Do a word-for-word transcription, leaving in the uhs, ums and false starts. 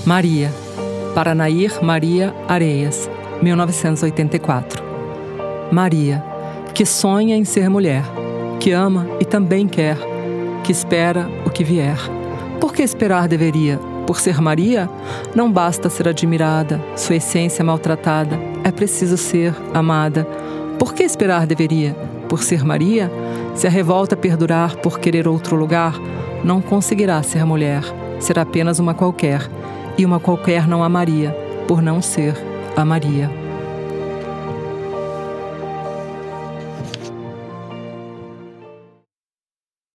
Maria, Paranair Maria Areias, mil novecentos e oitenta e quatro. Maria, que sonha em ser mulher, que ama e também quer, que espera o que vier. Por que esperar deveria? Por ser Maria? Não basta ser admirada, sua essência maltratada, é preciso ser amada. Por que esperar deveria? Por ser Maria? Se a revolta perdurar por querer outro lugar, não conseguirá ser mulher, será apenas uma qualquer, e uma qualquer não amaria, por não ser a Maria.